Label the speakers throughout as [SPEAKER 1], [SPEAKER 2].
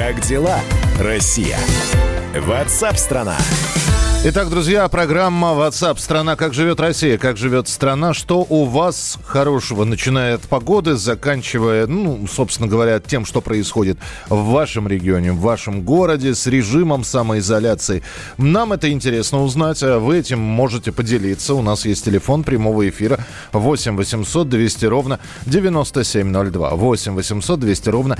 [SPEAKER 1] Как дела, Россия? WhatsApp-страна.
[SPEAKER 2] Итак, друзья, программа WhatsApp страна. Как живет Россия, как живет страна. Что у вас хорошего, начиная от погоды, заканчивая, собственно говоря, тем, что происходит в вашем регионе, в вашем городе, с режимом самоизоляции. Нам это интересно узнать. Вы этим можете поделиться. У нас есть телефон прямого эфира 8 800 200 ровно 9702. 8 800 200 ровно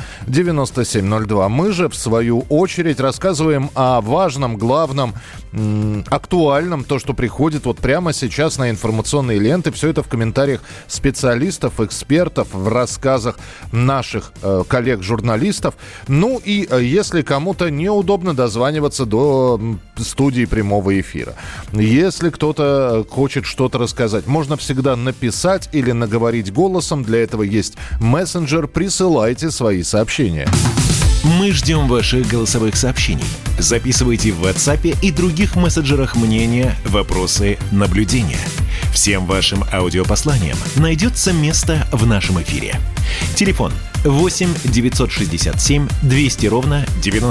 [SPEAKER 2] 9702. Мы же, в свою очередь, рассказываем о важном, главном, актуальном, то, что приходит вот прямо сейчас на информационные ленты. Все это в комментариях специалистов, экспертов, в рассказах наших коллег-журналистов. Ну и если кому-то неудобно дозваниваться до студии прямого эфира, если кто-то хочет что-то рассказать, можно всегда написать или наговорить голосом. Для этого есть мессенджер. Присылайте свои сообщения.
[SPEAKER 1] Мы ждем ваших голосовых сообщений. Записывайте в WhatsApp и других мессенджерах мнения, вопросы, наблюдения. Всем вашим аудиопосланиям найдется место в нашем эфире. Телефон 8 967 200 ровно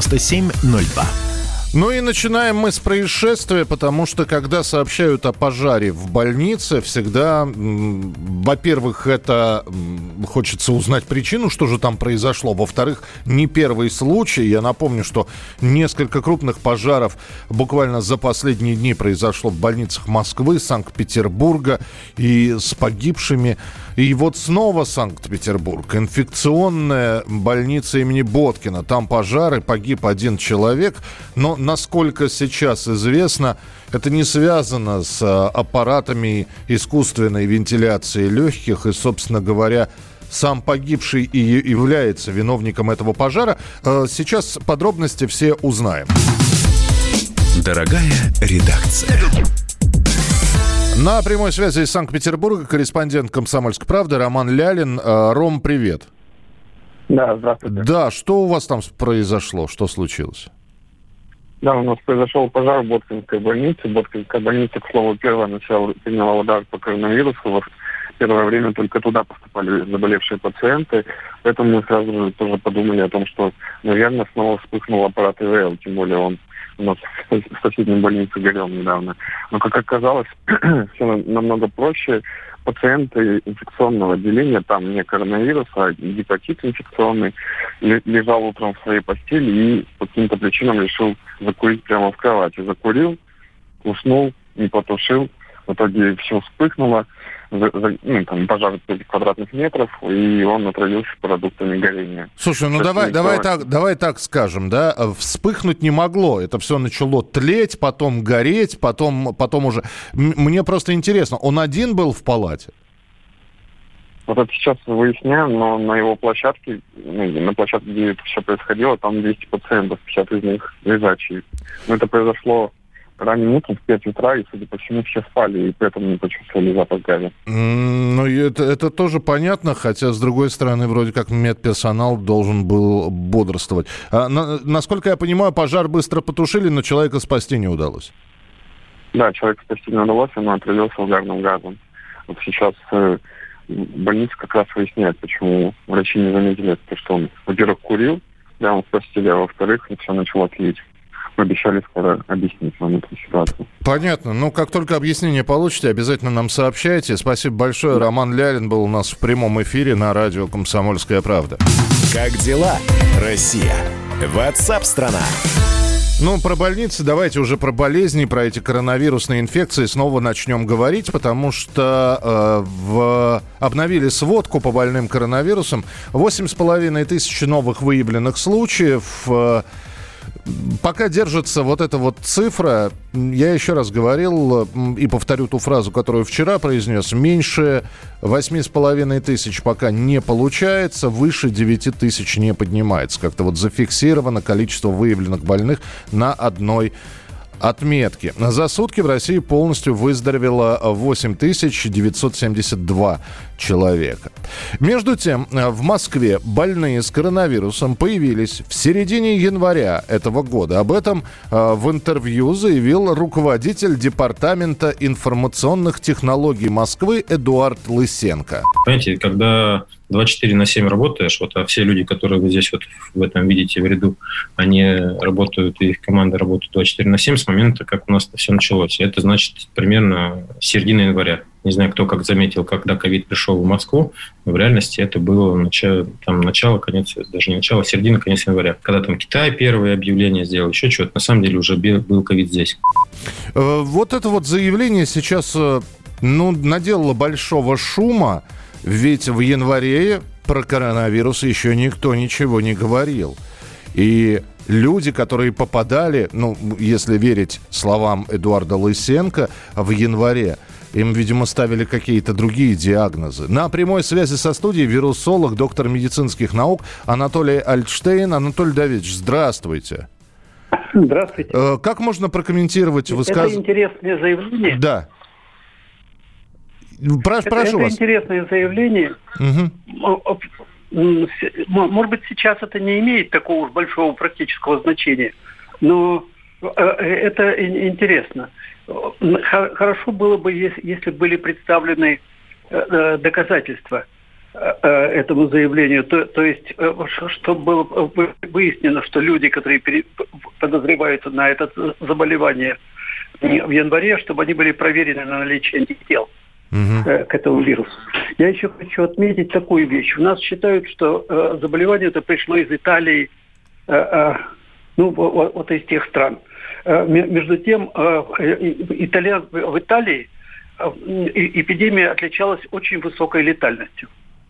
[SPEAKER 1] 9702.
[SPEAKER 2] Ну и начинаем мы с происшествия, потому что когда сообщают о пожаре в больнице, всегда, во-первых, это хочется узнать причину, что же там произошло. Во-вторых, не первый случай. Я напомню, что несколько крупных пожаров буквально за последние дни произошло в больницах Москвы, Санкт-Петербурга и с погибшими. И вот снова Санкт-Петербург. Инфекционная больница имени Боткина. Там пожар, и погиб один человек. Но, насколько сейчас известно, это не связано с аппаратами искусственной вентиляции легких. И, собственно говоря, сам погибший и является виновником этого пожара. Сейчас подробности все узнаем.
[SPEAKER 1] Дорогая редакция.
[SPEAKER 2] На прямой связи из Санкт-Петербурга корреспондент «Комсомольской правды» Роман Лялин. Ром, привет.
[SPEAKER 3] Да, здравствуйте.
[SPEAKER 2] Да, что у вас там произошло? Что случилось?
[SPEAKER 3] Да, у нас произошел пожар в Боткинской больнице. Боткинская больница, к слову, первая приняла удар по коронавирусу. В первое время только туда поступали заболевшие пациенты. Поэтому мы сразу же тоже подумали о том, что, наверное, снова вспыхнул аппарат ИВЛ. Тем более он у нас в соседней больнице горел недавно. Но, как оказалось, все намного проще. Пациенты инфекционного отделения, там не коронавирус, а гепатит инфекционный, лежал утром в своей постели и по каким-то причинам решил закурить прямо в кровати. Закурил, уснул, не потушил. В итоге все вспыхнуло, пожар 5 квадратных метров, и он отравился продуктами горения.
[SPEAKER 2] Слушай, давай так скажем, да, вспыхнуть не могло. Это все начало тлеть, потом гореть, потом уже... Мне просто интересно, он один был в палате?
[SPEAKER 3] Вот это сейчас выясняем, но на его площадке, на площадке, где это все происходило, там 200 пациентов, 50 из них лежачие. Но это произошло ранним утром в 5 утра, и, судя по всему, все спали, и поэтому не почувствовали запах газа.
[SPEAKER 2] Ну, это тоже понятно, хотя, с другой стороны, вроде как медперсонал должен был бодрствовать. Насколько я понимаю, пожар быстро потушили, но человека спасти не удалось.
[SPEAKER 3] Да, человека спасти не удалось, он отравился угарным газом. Вот сейчас больница как раз выясняет, почему врачи не заметили это, потому что он, во-первых, курил, да, он в постели, а во-вторых, все начало тлеть. Мы обещали скоро объяснить вам эту ситуацию.
[SPEAKER 2] Понятно. Ну, как только объяснение получите, обязательно нам сообщайте. Спасибо большое. Роман Лялин был у нас в прямом эфире на радио «Комсомольская правда».
[SPEAKER 1] Как дела, Россия? WhatsApp-страна.
[SPEAKER 2] Ну, про больницы давайте уже про болезни, про эти коронавирусные инфекции снова начнем говорить, потому что обновили сводку по больным коронавирусом. 8,5 тысяч новых выявленных случаев. Пока держится вот эта вот цифра, я еще раз говорил и повторю ту фразу, которую вчера произнес, меньше 8,5 тысяч пока не получается, выше 9 тысяч не поднимается. Как-то вот зафиксировано количество выявленных больных на одной отметки. За сутки в России полностью выздоровело 8972 человека. Между тем, в Москве больные с коронавирусом появились в середине января этого года. Об этом в интервью заявил руководитель Департамента информационных технологий Москвы Эдуард Лысенко.
[SPEAKER 4] Знаете, когда 24/7 работаешь, а все люди, которые вы здесь в этом видите в ряду, они работают, и их команда работает 24/7 с момента, как у нас это все началось. И это значит примерно середина января. Не знаю, кто как заметил, когда ковид пришел в Москву, но в реальности это было начало, конец, даже не начало, середина, конец января. Когда там Китай первые объявления сделал, еще что-то, на самом деле уже был ковид здесь.
[SPEAKER 2] Вот это заявление сейчас, наделало большого шума, ведь в январе про коронавирус еще никто ничего не говорил. И люди, которые попадали, если верить словам Эдуарда Лысенко, в январе, им, видимо, ставили какие-то другие диагнозы. На прямой связи со студией вирусолог, доктор медицинских наук Анатолий Альтштейн. Анатолий Давидович, здравствуйте.
[SPEAKER 5] Здравствуйте.
[SPEAKER 2] Как можно прокомментировать высказывание?
[SPEAKER 5] Это интересное заявление.
[SPEAKER 2] Да. Прошу вас.
[SPEAKER 5] Это интересное заявление.
[SPEAKER 2] Угу.
[SPEAKER 5] Может быть, сейчас это не имеет такого уж большого практического значения, но это интересно. Хорошо было бы, если были представлены доказательства этому заявлению. То есть, чтобы было выяснено, что люди, которые подозреваются на это заболевание в январе, чтобы они были проверены на наличие антител к этому вирусу. Я еще хочу отметить такую вещь. У нас считают, что заболевание это пришло из Италии, из тех стран. Между тем, в Италии эпидемия отличалась очень высокой летальностью.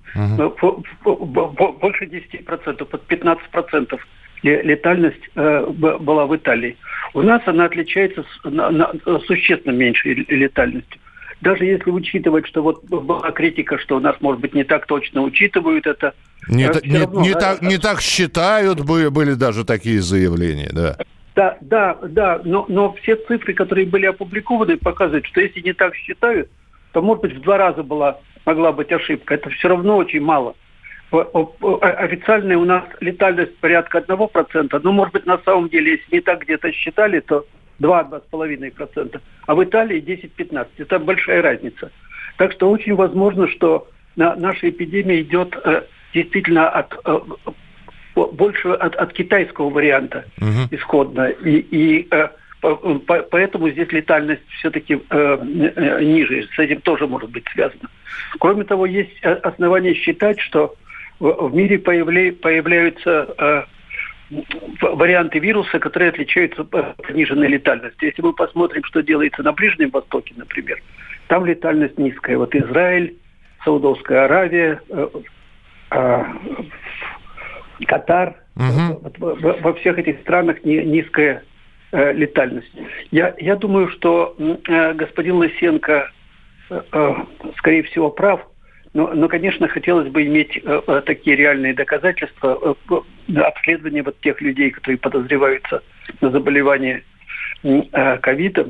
[SPEAKER 5] Больше 10%, под 15% летальность была в Италии. У нас она отличается существенно меньшей летальностью. Даже если учитывать, что была критика, что у нас, может быть, не так точно учитывают это.
[SPEAKER 2] Не так считают, были даже такие заявления, да.
[SPEAKER 5] Да, но все цифры, которые были опубликованы, показывают, что если не так считают, то, может быть, в 2 раза могла быть ошибка. Это все равно очень мало. Официальная у нас летальность порядка 1%, но, может быть, на самом деле, если не так где-то считали, то 2-2,5%, а в Италии 10-15%. Это большая разница. Так что очень возможно, что наша эпидемия идет действительно больше от китайского варианта исходно. И поэтому здесь летальность все-таки ниже. С этим тоже может быть связано. Кроме того, есть основания считать, что в мире появляются варианты вируса, которые отличаются пониженной летальностью. Если мы посмотрим, что делается на Ближнем Востоке, например, там летальность низкая. Израиль, Саудовская Аравия, Катар. Во всех этих странах низкая летальность. Я думаю, что господин Лысенко, скорее всего, прав. Но, конечно, хотелось бы иметь такие реальные доказательства обследования тех людей, которые подозреваются на заболевание ковидом,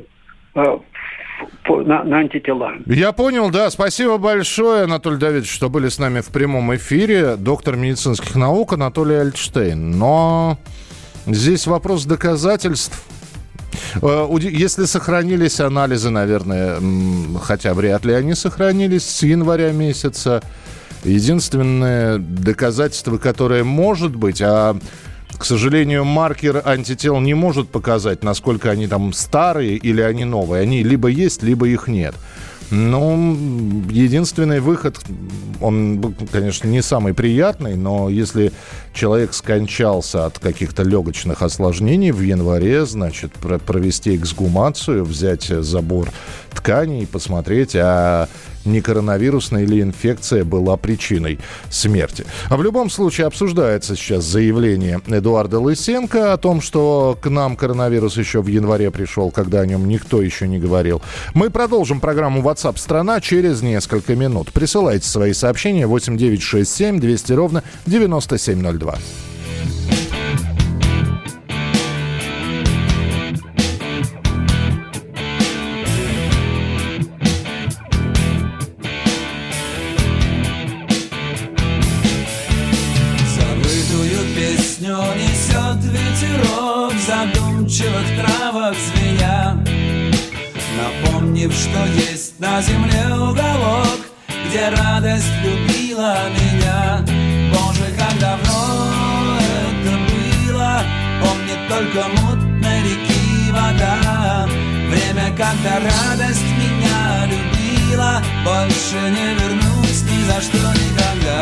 [SPEAKER 5] на антитела.
[SPEAKER 2] Я понял, да. Спасибо большое, Анатолий Давидович, что были с нами в прямом эфире. Доктор медицинских наук Анатолий Альтштейн. Но здесь вопрос доказательств. Если сохранились анализы, наверное, хотя вряд ли они сохранились с января месяца. Единственное доказательство, которое может быть, к сожалению, маркер антител не может показать, насколько они там старые или они новые. Они либо есть, либо их нет. Единственный выход, он, конечно, не самый приятный, но если человек скончался от каких-то легочных осложнений в январе, значит, провести эксгумацию, взять забор тканей и посмотреть, не коронавирусная или инфекция была причиной смерти. А в любом случае обсуждается сейчас заявление Эдуарда Лысенко о том, что к нам коронавирус еще в январе пришел, когда о нем никто еще не говорил. Мы продолжим программу WhatsApp страна через несколько минут. Присылайте свои сообщения 8967 200 ровно 9702.
[SPEAKER 6] Задумчивых травах звеня, напомнив, что есть на земле уголок, где радость любила меня. Боже, как давно это было, помнит только мутной реки вода. Время, когда радость меня любила, больше не вернусь ни за что никогда.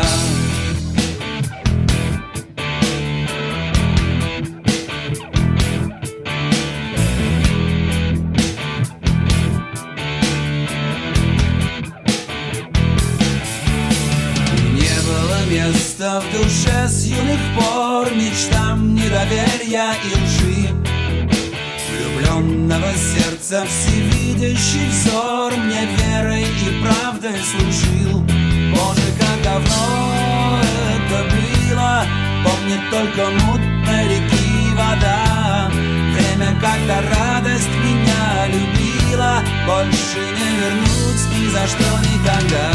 [SPEAKER 6] Место в душе с юных пор мечтам недоверия и лжи, влюбленного сердца всевидящий взор мне верой и правдой служил. Боже, как давно это было, помнит только мутной реки вода. Время, когда радость меня любила, больше не вернуть ни за что никогда.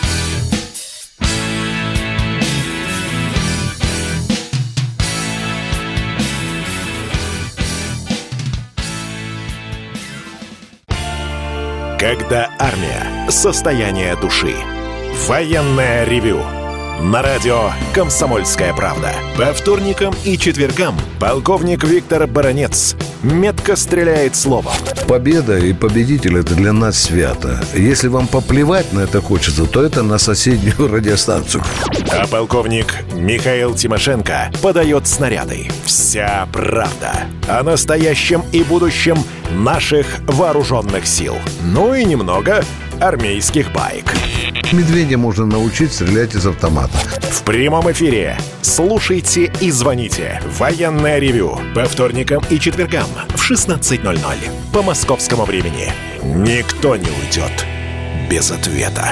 [SPEAKER 1] Когда армия. Состояние души. Военное ревю. На радио «Комсомольская правда». По вторникам и четвергам полковник Виктор Баранец метко стреляет словом.
[SPEAKER 7] Победа и победитель – это для нас свято. Если вам поплевать на это хочется, то это на соседнюю радиостанцию.
[SPEAKER 1] А полковник Михаил Тимошенко подает снаряды. Вся правда о настоящем и будущем наших вооруженных сил. Ну и немного армейских баек.
[SPEAKER 7] Медведя можно научить стрелять из автомата.
[SPEAKER 1] В прямом эфире слушайте и звоните. Военное ревю по вторникам и четвергам в 16:00 по московскому времени. Никто не уйдет без ответа.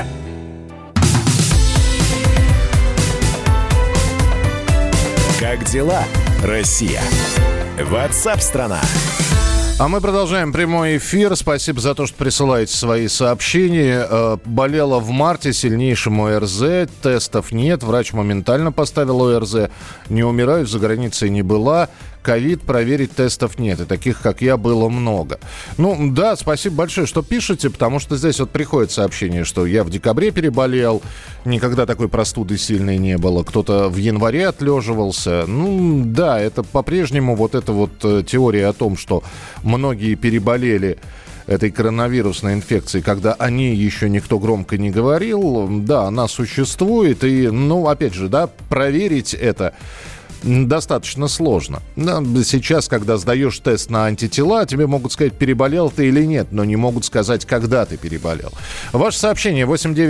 [SPEAKER 1] Как дела, Россия? WhatsApp-страна.
[SPEAKER 2] А мы продолжаем прямой эфир. Спасибо за то, что присылаете свои сообщения. Болела в марте сильнейшим ОРЗ. Тестов нет. Врач моментально поставил ОРЗ. Не умираю, за границей не была. Ковид, проверить тестов нет. И таких, как я, было много. Ну, да, спасибо большое, что пишете, потому что здесь вот приходит сообщение, что я в декабре переболел, никогда такой простуды сильной не было. Кто-то в январе отлеживался. Ну, да, это по-прежнему вот эта вот теория о том, что многие переболели этой коронавирусной инфекцией, когда о ней еще никто громко не говорил. Да, она существует. И, ну, опять же, да, проверить это достаточно сложно. Сейчас, когда сдаешь тест на антитела, тебе могут сказать, переболел ты или нет, но не могут сказать, когда ты переболел. Ваше сообщение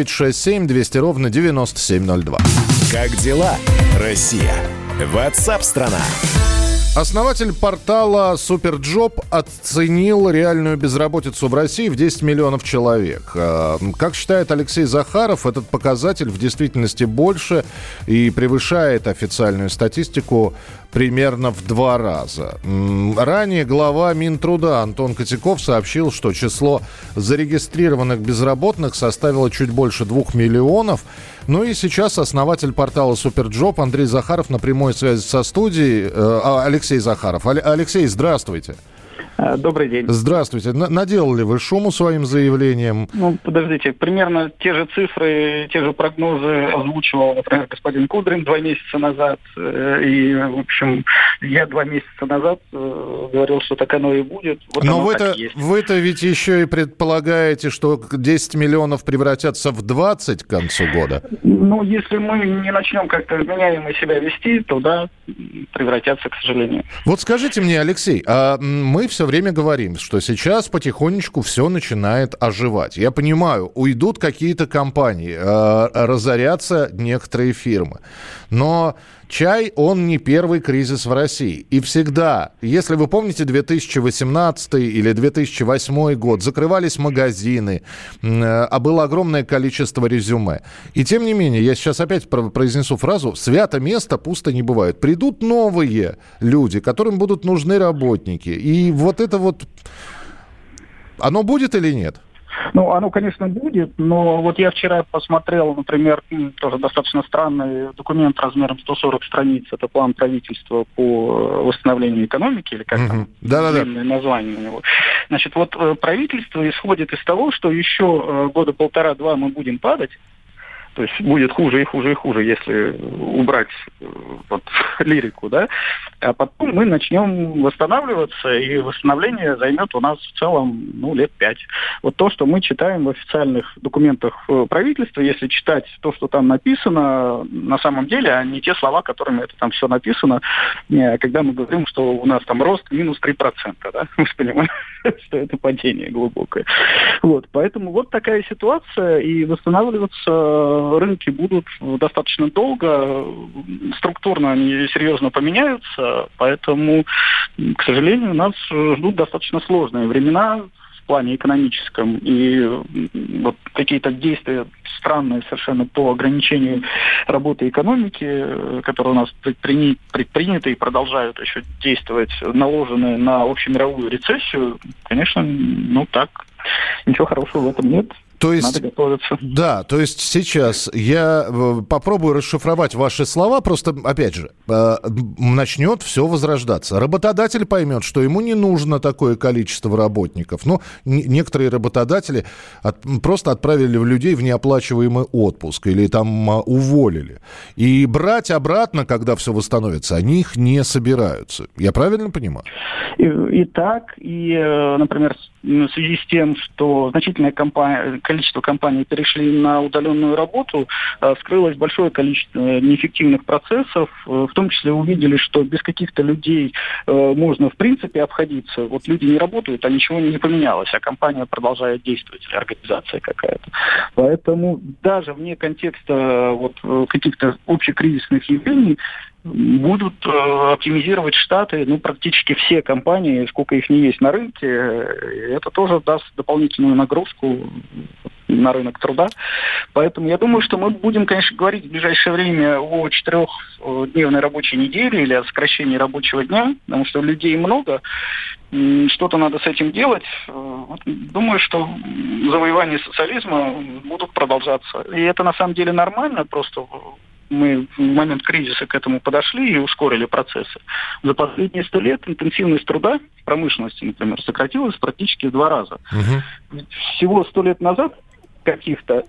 [SPEAKER 2] 8967-200-97-02.
[SPEAKER 1] Как дела, Россия? WhatsApp-страна.
[SPEAKER 2] Основатель портала Суперджоп оценил реальную безработицу в России в 10 миллионов человек. Как считает Алексей Захаров, этот показатель в действительности больше и превышает официальную статистику примерно в 2 раза. Ранее глава Минтруда Антон Котяков сообщил, что число зарегистрированных безработных составило чуть больше 2 миллионов. Ну и сейчас основатель портала Суперджоп Андрей Захаров на прямой связи со студией. Алексей Захаров. Алексей, здравствуйте.
[SPEAKER 8] Добрый день.
[SPEAKER 2] Здравствуйте. Наделали вы шуму своим заявлением?
[SPEAKER 8] Ну, подождите, примерно те же цифры, те же прогнозы озвучивал, например, господин Кудрин 2 месяца назад. И, в общем, я 2 месяца назад говорил, что так оно и будет. Вот. Но
[SPEAKER 2] вы-то ведь еще и предполагаете, что 10 миллионов превратятся в 20 к концу года?
[SPEAKER 8] Ну, если мы не начнем как-то вменяемо себя вести, то да, превратятся, к сожалению.
[SPEAKER 2] Вот скажите мне, Алексей, а мы все время говорим, что сейчас потихонечку все начинает оживать. Я понимаю, уйдут какие-то компании, разорятся некоторые фирмы. Но чай, он не первый кризис в России. И всегда, если вы помните 2018 или 2008 год, закрывались магазины, а было огромное количество резюме. И тем не менее, я сейчас опять произнесу фразу: «Свято место пусто не бывает». Придут новые люди, которым будут нужны работники. И вот это вот, оно будет или нет?
[SPEAKER 8] Ну, оно, конечно, будет, но вот я вчера посмотрел, например, тоже достаточно странный документ размером 140 страниц. Это план правительства по восстановлению экономики, или как там длинное название у него. Значит, вот правительство исходит из того, что еще года 1,5-2 мы будем падать, То есть будет хуже и хуже и хуже, если убрать вот лирику, да. А потом мы начнем восстанавливаться, и восстановление займет у нас в целом, лет 5. Вот то, что мы читаем в официальных документах правительства, если читать то, что там написано, на самом деле, а не те слова, которыми это там все написано, когда мы говорим, что у нас там рост минус 3%, да, вы же понимаете, что это падение глубокое. Вот, поэтому вот такая ситуация, и восстанавливаться рынки будут достаточно долго, структурно они серьезно поменяются, поэтому, к сожалению, нас ждут достаточно сложные времена в плане экономическом, и вот какие-то действия странные совершенно по ограничению работы экономики, которые у нас предприняты и продолжают еще действовать, наложенные на общемировую рецессию, конечно, так, ничего хорошего в этом нет.
[SPEAKER 2] То есть,
[SPEAKER 8] надо готовиться.
[SPEAKER 2] Да, то есть сейчас я попробую расшифровать ваши слова, просто, опять же, начнет все возрождаться. Работодатель поймет, что ему не нужно такое количество работников. Некоторые работодатели просто отправили людей в неоплачиваемый отпуск или там уволили. И брать обратно, когда все восстановится, они их не собираются. Я правильно понимаю?
[SPEAKER 8] И так, например, в связи с тем, что значительное количество компаний перешли на удаленную работу, вскрылось большое количество неэффективных процессов, в том числе увидели, что без каких-то людей можно в принципе обходиться. Вот люди не работают, а ничего не поменялось, а компания продолжает действовать, или организация какая-то. Поэтому даже вне контекста каких-то общекризисных явлений будут оптимизировать штаты, практически все компании, сколько их не есть на рынке. Это тоже даст дополнительную нагрузку на рынок труда. Поэтому я думаю, что мы будем, конечно, говорить в ближайшее время о 4-дневной рабочей неделе или о сокращении рабочего дня, потому что людей много, что-то надо с этим делать. Думаю, что завоевания социализма будут продолжаться. И это на самом деле нормально, просто мы в момент кризиса к этому подошли и ускорили процессы. За последние 100 лет интенсивность труда в промышленности, например, сократилась практически в 2 раза. Всего 100 лет назад каких-то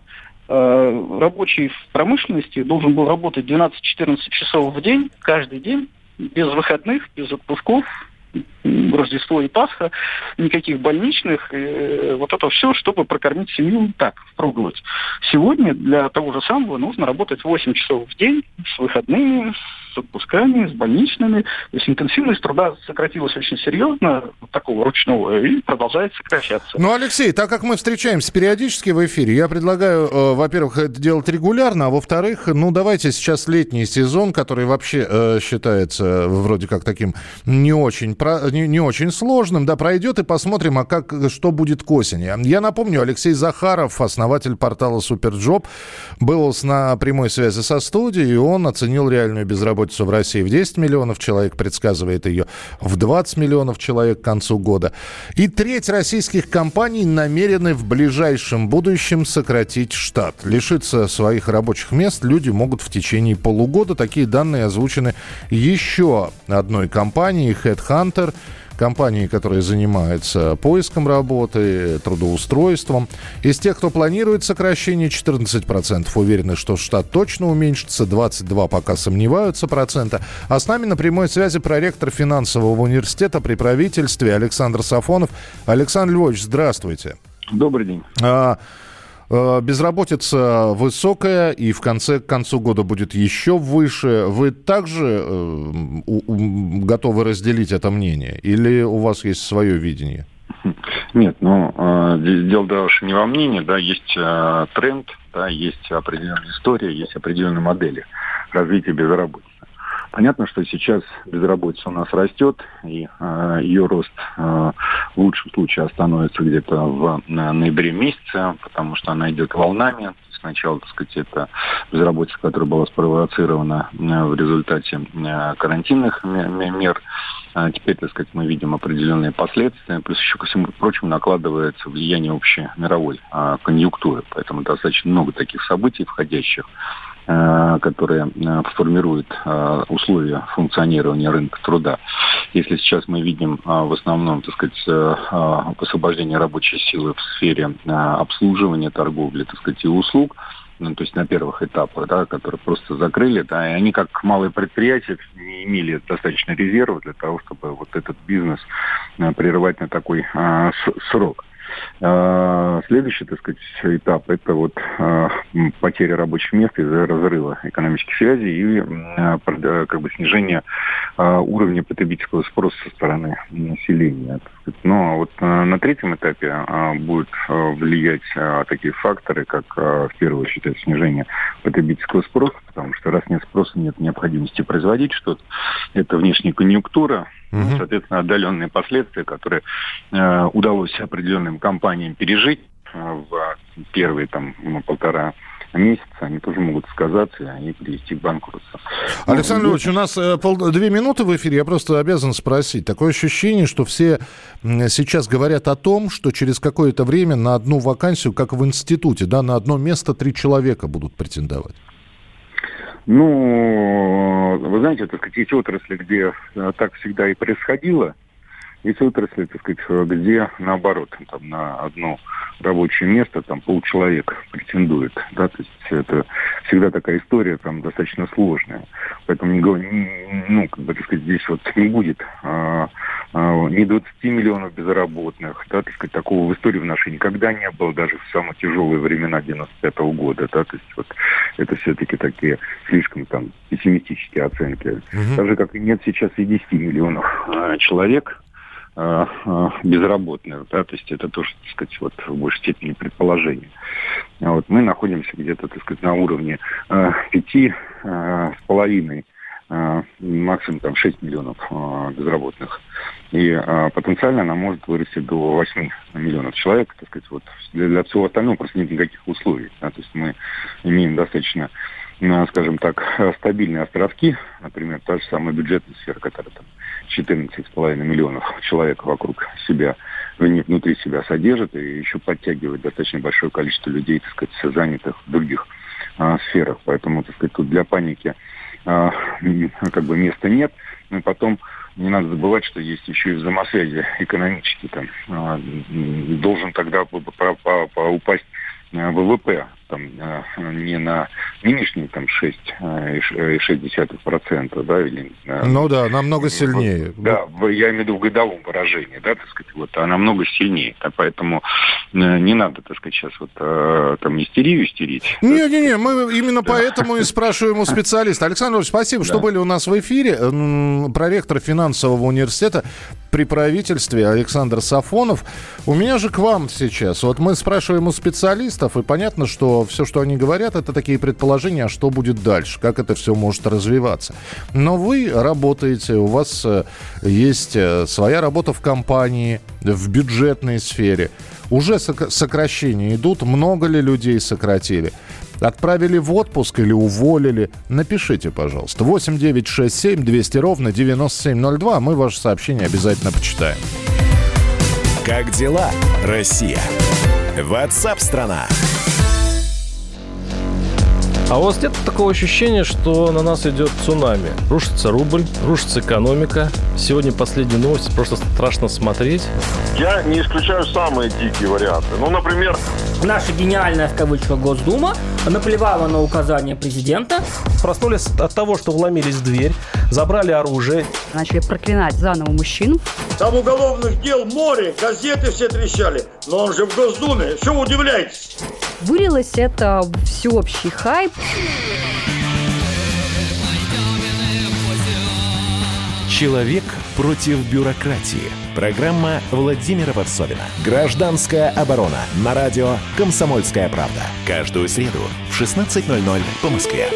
[SPEAKER 8] рабочий в промышленности должен был работать 12-14 часов в день, каждый день, без выходных, без отпусков, Рождество и Пасха, никаких больничных, вот это все, чтобы прокормить семью так, впроголодь. Сегодня для того же самого нужно работать 8 часов в день с выходными, с отпусками, с больничными. То есть интенсивность труда сократилась очень серьезно, такого ручного, и продолжает сокращаться.
[SPEAKER 2] Алексей, так как мы встречаемся периодически в эфире, я предлагаю, во-первых, это делать регулярно, а во-вторых, давайте сейчас летний сезон, который вообще считается вроде как таким не очень сложным, пройдет, и посмотрим, что будет к осени. Я напомню, Алексей Захаров, основатель портала Суперджоп, был на прямой связи со студией, и он оценил реальную безработицу в России в 10 миллионов человек, предсказывает ее в 20 миллионов человек к концу года. И треть российских компаний намерены в ближайшем будущем сократить штат. Лишиться своих рабочих мест люди могут в течение полугода. Такие данные озвучены еще одной компанией, HeadHunter, компании, которая занимается поиском работы, трудоустройством. Из тех, кто планирует сокращение, 14% уверены, что штат точно уменьшится, 22% пока сомневаются процента. А с нами на прямой связи проректор финансового университета при правительстве Александр Сафонов. Александр Львович, здравствуйте.
[SPEAKER 9] Добрый день.
[SPEAKER 2] Безработица высокая и к концу года будет еще выше. Вы также готовы разделить это мнение? Или у вас есть свое видение?
[SPEAKER 9] Нет, дело даже не во мнении, есть тренд, есть определенная история, есть определенные модели развития безработицы. Понятно, что сейчас безработица у нас растет, и ее рост в лучшем случае остановится где-то в ноябре месяце, потому что она идет волнами. Сначала, это безработица, которая была спровоцирована в результате карантинных мер. Теперь, мы видим определенные последствия. Плюс еще ко всему прочему накладывается влияние общей мировой конъюнктуры. Поэтому достаточно много таких событий входящих, которые формируют условия функционирования рынка труда. Если сейчас мы видим в основном, освобождение рабочей силы в сфере обслуживания, торговли, и услуг, ну, то есть на первых этапах, да, которые просто закрыли, да, и они как малые предприятия не имели достаточно резервов для того, чтобы вот этот бизнес прерывать на такой срок. Следующий, так сказать, этап – это вот потеря рабочих мест из-за разрыва экономических связей и как бы снижение уровня потребительского спроса со стороны населения. Но вот на третьем этапе будут влиять такие факторы, как в первую очередь это снижение потребительского спроса, потому что раз нет спроса, нет необходимости производить что-то. Это внешняя конъюнктура, соответственно, отдаленные последствия, которые удалось определенным компаниям пережить в первые полтора месяца, они тоже могут сказаться и привести к банкротству.
[SPEAKER 2] Александр Львович, у нас 2 минуты в эфире, я просто обязан спросить. Такое ощущение, что все сейчас говорят о том, что через какое-то время на одну вакансию, как в институте, да, на одно место 3 человека будут претендовать.
[SPEAKER 9] Ну, вы знаете, так сказать, есть отрасли, где так всегда и происходило. Есть отрасли, так сказать, где наоборот, там, на одно рабочее место там полчеловека претендует. Да? То есть это всегда такая история там достаточно сложная. Поэтому так сказать, здесь вот не будет не 20 миллионов безработных. Да? Так сказать, такого в истории в нашей никогда не было, даже в самые тяжелые времена 95-го года. Да? То есть вот это все-таки такие слишком там пессимистические оценки. Так же, как и нет сейчас и 10 миллионов человек безработных, да, то есть это тоже, так сказать, вот в большей степени предположение. Вот мы находимся где-то, так сказать, на уровне 5,5, максимум там 6 миллионов безработных. И потенциально она может вырасти до 8 миллионов человек, так сказать, вот для всего остального просто нет никаких условий. Да, то есть мы имеем достаточно, скажем так, стабильные островки, например, та же самая бюджетная сфера, которая там 14,5 миллионов человек вокруг себя, внутри себя содержит и еще подтягивает достаточно большое количество людей, так сказать, занятых в других сферах. Поэтому, так сказать, тут для паники как бы места нет. Но потом не надо забывать, что есть еще и взаимосвязи экономические. Там, должен тогда упасть ВВП там, не на нынешние там 6,6%, да, или...
[SPEAKER 2] Ну да, намного сильнее.
[SPEAKER 9] Да, я имею в виду в годовом выражении, да, так сказать, вот, а намного сильнее. Да, поэтому не надо, так сказать, сейчас вот там истерию истерить.
[SPEAKER 2] Не-не-не, мы именно поэтому и спрашиваем у специалиста. Александр Ильич, спасибо, что были у нас в эфире. Проректор финансового университета при правительстве Александр Сафонов. У меня же к вам сейчас. Вот мы спрашиваем у специалистов, и понятно, что все, что они говорят, это такие предположения, а что будет дальше, как это все может развиваться. Но вы работаете, у вас есть своя работа в компании, в бюджетной сфере. Уже сокращения идут, много ли людей сократили? Отправили в отпуск или уволили? Напишите, пожалуйста. 8 9 6 7 200 ровно 9702. Мы ваше сообщение обязательно почитаем.
[SPEAKER 1] Как дела, Россия? WhatsApp-страна.
[SPEAKER 10] А у вас нет такого ощущения, что на нас идет цунами? Рушится рубль, рушится экономика. Сегодня последние новости, просто страшно смотреть.
[SPEAKER 11] Я не исключаю самые дикие варианты. Ну, например...
[SPEAKER 12] Наша гениальная, в кавычках, Госдума наплевала на указания президента.
[SPEAKER 10] Проснулись от того, что вломились в дверь, забрали оружие.
[SPEAKER 13] Начали проклинать заново мужчин.
[SPEAKER 11] Там уголовных дел море, газеты все трещали. Но он же в Госдуме, что вы удивляетесь?
[SPEAKER 13] Вылилось это в всеобщий хайп.
[SPEAKER 1] Человек против бюрократии. Программа Владимира Варсовина. Гражданская оборона. На радио «Комсомольская правда». Каждую среду в 16:00 по Москве.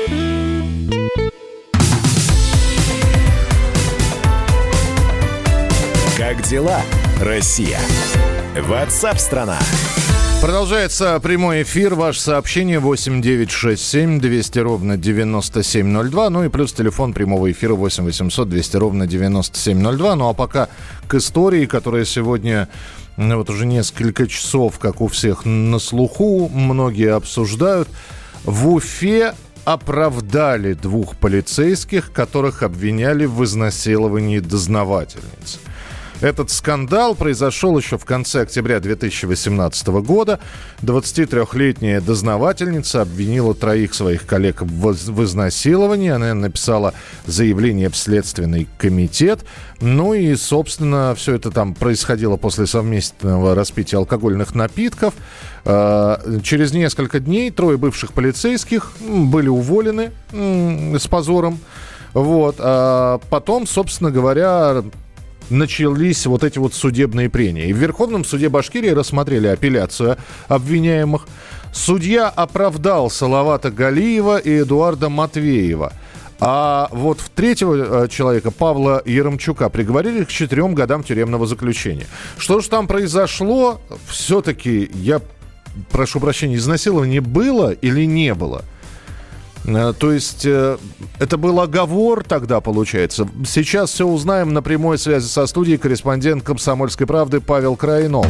[SPEAKER 1] Как дела, Россия? WhatsApp-страна.
[SPEAKER 2] Продолжается прямой эфир. Ваше сообщение 8 9 6 7 200 ровно 9702. Ну и плюс телефон прямого эфира 8 800 200 ровно 9702. Ну а пока к истории, которая сегодня вот уже несколько часов, как у всех на слуху, многие обсуждают. В Уфе оправдали 2 полицейских, которых обвиняли в изнасиловании дознавательницы. Этот скандал произошел еще в конце октября 2018 года. 23-летняя дознавательница обвинила 3 своих коллег в изнасиловании. Она написала заявление в Следственный комитет. Ну и, собственно, все это там происходило после совместного распития алкогольных напитков. Через несколько дней 3 бывших полицейских были уволены с позором. Вот. А потом, собственно говоря, начались вот эти вот судебные прения. И в Верховном суде Башкирии рассмотрели апелляцию обвиняемых. Судья оправдал Салавата Галиева и Эдуарда Матвеева. А вот в 3-го человека, Павла Яремчука, приговорили к 4 годам тюремного заключения. Что же там произошло? Все-таки, я прошу прощения, изнасилование было или не было? То есть это был оговор тогда, получается. Сейчас все узнаем на прямой связи со студией корреспондент «Комсомольской правды» Павел Краинов.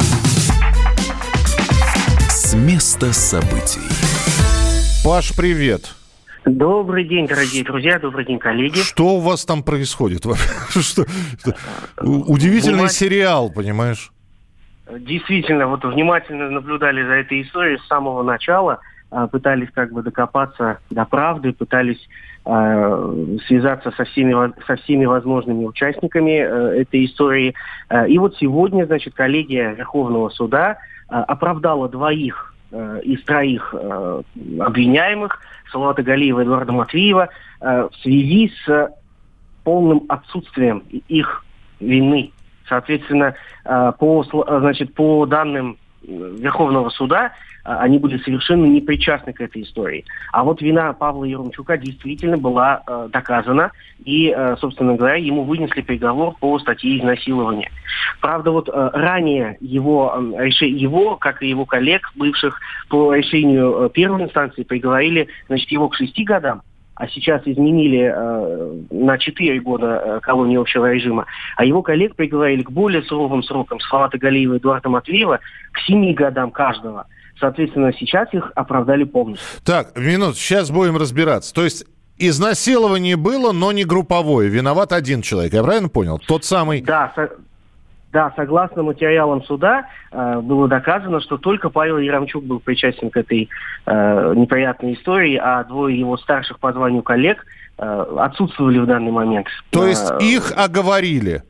[SPEAKER 1] С места событий.
[SPEAKER 2] Паш, привет.
[SPEAKER 14] Добрый день, дорогие друзья, добрый день, коллеги.
[SPEAKER 2] Что у вас там происходит? Удивительный сериал, понимаешь?
[SPEAKER 14] Действительно, вот внимательно наблюдали за этой историей с самого начала. Пытались как бы докопаться до правды, пытались связаться со всеми возможными участниками этой истории. И вот сегодня, значит, коллегия Верховного суда оправдала 2 из 3 обвиняемых, Салавата Галиева и Эдуарда Матвеева, в связи с полным отсутствием их вины. Соответственно, по данным Верховного суда, они были совершенно не причастны к этой истории. А вот вина Павла Яремчука действительно была доказана, и, собственно говоря, ему вынесли приговор по статье изнасилования. Правда, вот ранее его, как и его коллег бывших, по решению первой инстанции приговорили, значит, его к 6 годам, а сейчас изменили на 4 года колонии общего режима, а его коллег приговорили к более суровым срокам, Салавата Галиева и Эдуарда Матвеева, к 7 годам каждого. Соответственно, сейчас их оправдали полностью.
[SPEAKER 2] Так, минут, сейчас будем разбираться. То есть изнасилование было, но не групповое. Виноват 1 человек, я правильно понял? Тот самый...
[SPEAKER 14] Да, согласно материалам суда, было доказано, что только Павел Яремчук был причастен к этой неприятной истории, а 2 его старших по званию коллег отсутствовали в данный момент.
[SPEAKER 2] То есть их оговорили?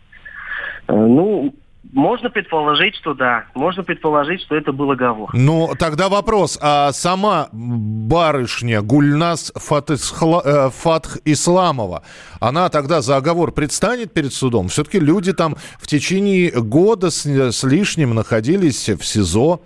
[SPEAKER 14] Можно предположить, что да. Можно предположить, что это был оговор.
[SPEAKER 2] Ну, тогда вопрос. А сама барышня Гульназ Фатх-Исламова, она тогда за оговор предстанет перед судом? Все-таки люди там в течение года с лишним находились в СИЗО.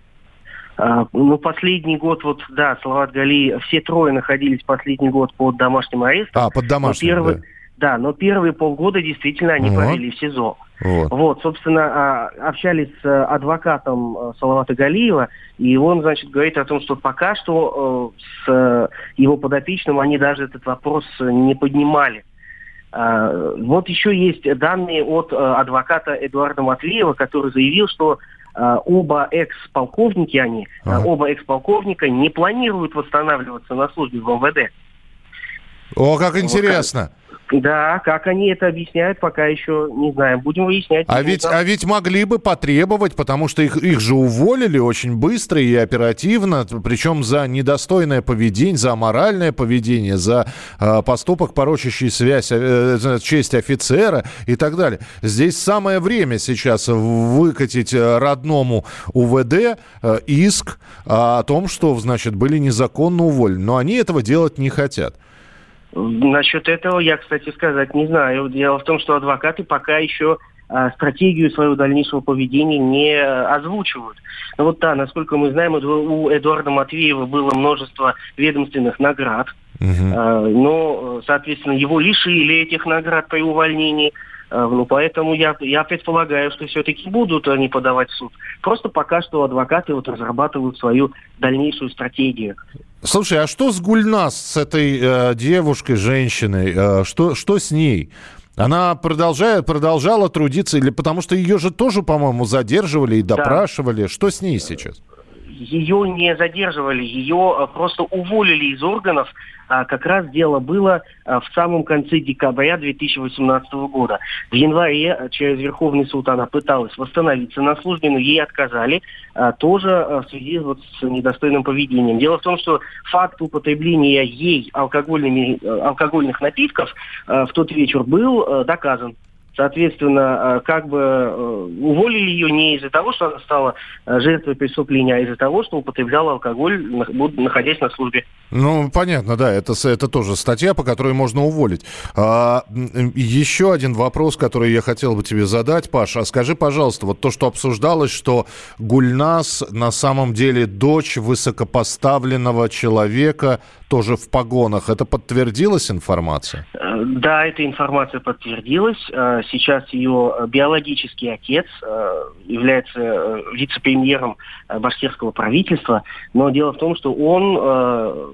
[SPEAKER 14] Последний год, Салават Галиев, все 3 находились последний год под домашним арестом.
[SPEAKER 2] Под домашним,
[SPEAKER 14] да, но первые полгода действительно они провели в СИЗО. Вот, собственно, общались с адвокатом Салавата Галиева, и он, значит, говорит о том, что пока что с его подопечным они даже этот вопрос не поднимали. Вот еще есть данные от адвоката Эдуарда Матвеева, который заявил, что оба экс-полковника не планируют восстанавливаться на службе в МВД.
[SPEAKER 2] О, как интересно!
[SPEAKER 14] Да, как они это объясняют, пока еще не знаем. Будем выяснять.
[SPEAKER 2] А ведь могли бы потребовать, потому что их же уволили очень быстро и оперативно, причем за недостойное поведение, за аморальное поведение, за поступок, порочащий честь офицера и так далее. Здесь самое время сейчас выкатить родному УВД иск о том, что, значит, были незаконно уволены. Но они этого делать не хотят.
[SPEAKER 14] Насчет этого я, кстати, сказать не знаю. Дело в том, что адвокаты пока еще стратегию своего дальнейшего поведения не озвучивают. Но насколько мы знаем, у Эдуарда Матвеева было множество ведомственных наград. Но, соответственно, его лишили этих наград при увольнении. Поэтому я предполагаю, что все-таки будут они подавать в суд. Просто пока что адвокаты разрабатывают свою дальнейшую стратегию.
[SPEAKER 2] Слушай, а что с Гульназ, с этой девушкой, женщиной? Что с ней? Она продолжала трудиться? Или потому что ее же тоже, по-моему, задерживали и допрашивали? Да. Что с ней сейчас?
[SPEAKER 14] Ее не задерживали, ее просто уволили из органов как раз дело было в самом конце декабря 2018 года. В январе через Верховный суд она пыталась восстановиться на службе, но ей отказали, тоже в связи вот с недостойным поведением. Дело в том, что факт употребления ей алкогольных напитков в тот вечер был доказан. Соответственно, как бы уволили ее не из-за того, что она стала жертвой преступления, а из-за того, что употребляла алкоголь, находясь на службе.
[SPEAKER 2] Ну, понятно, да, это тоже статья, по которой можно уволить. Еще один вопрос, который я хотел бы тебе задать, Паша. Скажи, пожалуйста, вот то, что обсуждалось, что Гульназ на самом деле дочь высокопоставленного человека, тоже в погонах. Это подтвердилась информация?
[SPEAKER 14] Да, эта информация подтвердилась. Сейчас ее биологический отец является вице-премьером башкирского правительства. Но дело в том, что он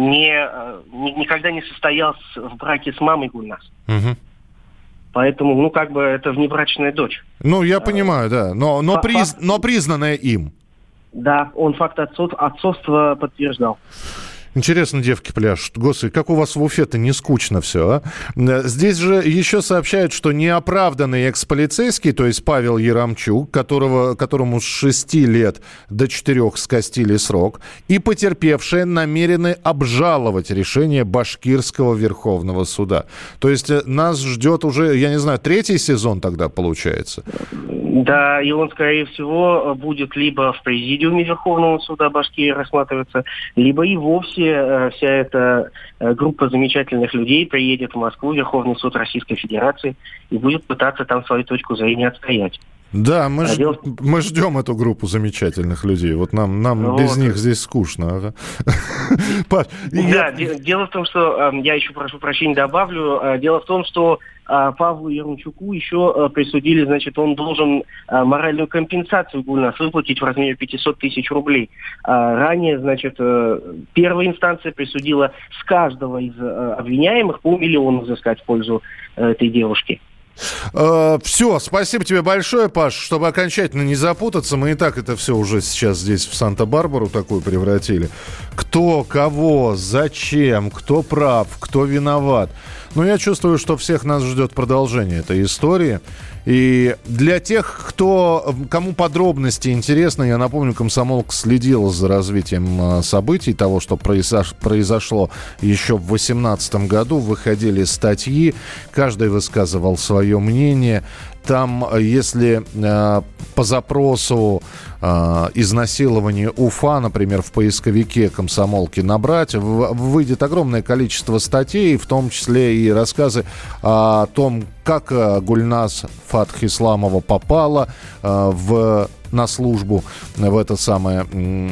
[SPEAKER 14] никогда не состоял в браке с мамой Гульназ. Угу. Поэтому, как бы, это внебрачная дочь.
[SPEAKER 2] Ну, я понимаю, да. Но признанная им.
[SPEAKER 14] Да, он факт отцовства подтверждал.
[SPEAKER 2] Интересно, девки пляшут. Господи, как у вас в Уфе-то не скучно все, а? Здесь же еще сообщают, что неоправданный экс-полицейский, то есть Павел Яромчук, которому с 6 лет до 4 скостили срок, и потерпевшие намерены обжаловать решение Башкирского Верховного суда. То есть нас ждет уже, я не знаю, 3-й сезон тогда получается?
[SPEAKER 14] Да, и он, скорее всего, будет либо в президиуме Верховного суда Башкирии рассматриваться, либо и вовсе вся эта группа замечательных людей приедет в Москву, Верховный суд Российской Федерации, и будет пытаться там свою точку зрения отстоять.
[SPEAKER 2] Да, мы ждем эту группу замечательных людей. Вот нам без них здесь скучно.
[SPEAKER 14] Да, дело в том, что, я еще прошу прощения, добавлю, дело в том, что Павлу Яромчуку еще присудили, значит, он должен моральную компенсацию Гульназ выплатить в размере 500 тысяч рублей. Ранее, значит, первая инстанция присудила с каждого из обвиняемых по 1 миллиону взыскать в пользу этой девушки.
[SPEAKER 2] Все, спасибо тебе большое, Паш, чтобы окончательно не запутаться. Мы и так это все уже сейчас здесь в Санта-Барбару такую превратили. Кто, кого, зачем, кто прав, кто виноват. Но я чувствую, что всех нас ждет продолжение этой истории. И для тех, кому подробности интересны, я напомню, «Комсомолка» следила за развитием событий, того, что произошло еще в 2018 году. Выходили статьи, каждый высказывал свое мнение. Там, если по запросу изнасилование Уфа, например, в поисковике «Комсомолки» набрать, выйдет огромное количество статей, в том числе и рассказы о том, как Гульназ Фатхисламова попала на службу в это самое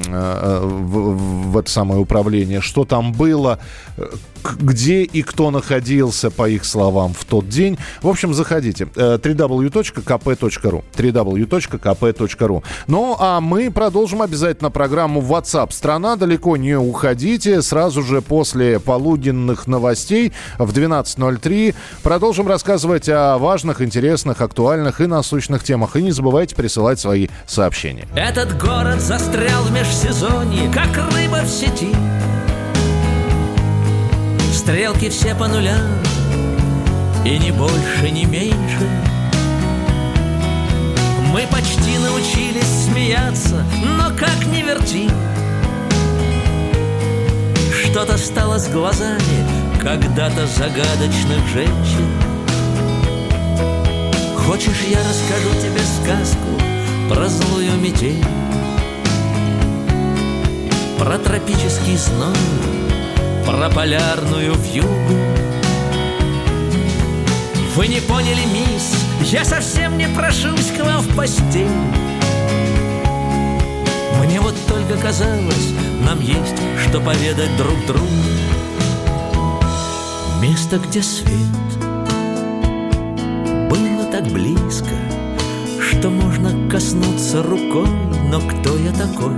[SPEAKER 2] управление, что там было, где и кто находился, по их словам, в тот день. В общем, заходите. www.kp.ru www.kp.ru. Ну, а мы продолжим обязательно программу WhatsApp страна. Далеко не уходите. Сразу же после полуденных новостей в 12:03 продолжим рассказывать о важных, интересных, актуальных и насущных темах. И не забывайте присылать свои сообщения.
[SPEAKER 6] Этот город застрял в межсезонье, как рыба в сети. Стрелки все по нулям, и ни больше, ни меньше. Мы почти научились смеяться, но как ни верти, что-то стало с глазами когда-то загадочных женщин. Хочешь, я расскажу тебе сказку про злую метель, про тропический зной, про полярную вьюгу? Вы не поняли, мисс, я совсем не прошусь к вам в постель. Мне вот только казалось, нам есть что поведать друг другу. Место, где свет было так близко, что можно коснуться рукой, но кто я такой,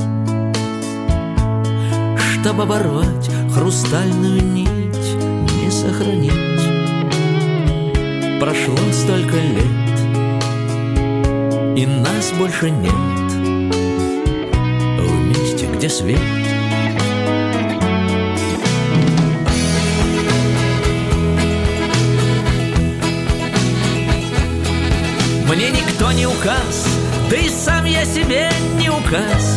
[SPEAKER 6] чтобы оборвать хрустальную нить, не сохранить? Прошло столько лет, и нас больше нет в месте, где свет. Мне никто не указ, да и сам я себе не указ.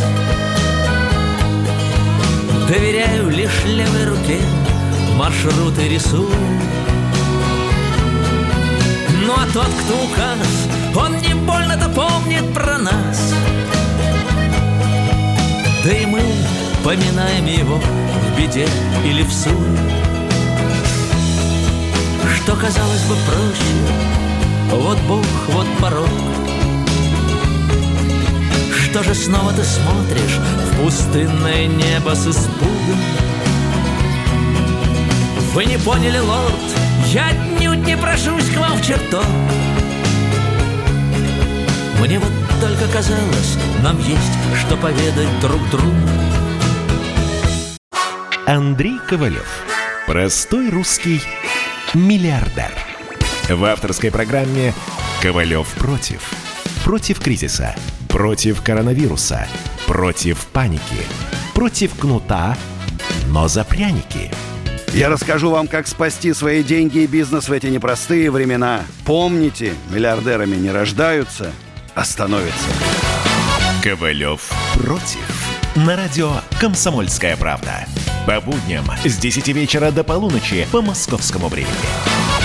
[SPEAKER 6] Доверяю лишь левой руке, маршруты рисую. Ну а тот, кто указ, он не больно-то помнит про нас. Да и мы поминаем его в беде или в суе. Что казалось бы проще, вот Бог, вот порог. Что же снова ты смотришь в пустынное небо с испугом? Вы не поняли, лорд, я отнюдь не прошусь к вам в чертог. Мне вот только казалось, нам есть что поведать друг другу.
[SPEAKER 1] Андрей Ковалев. Простой русский миллиардер. В авторской программе «Ковалев против». Против кризиса, против коронавируса, против паники, против кнута, но за пряники.
[SPEAKER 15] Я расскажу вам, как спасти свои деньги и бизнес в эти непростые времена. Помните, миллиардерами не рождаются, а становятся.
[SPEAKER 1] Ковалев против. На радио «Комсомольская правда». По будням с 10 вечера до полуночи по московскому времени.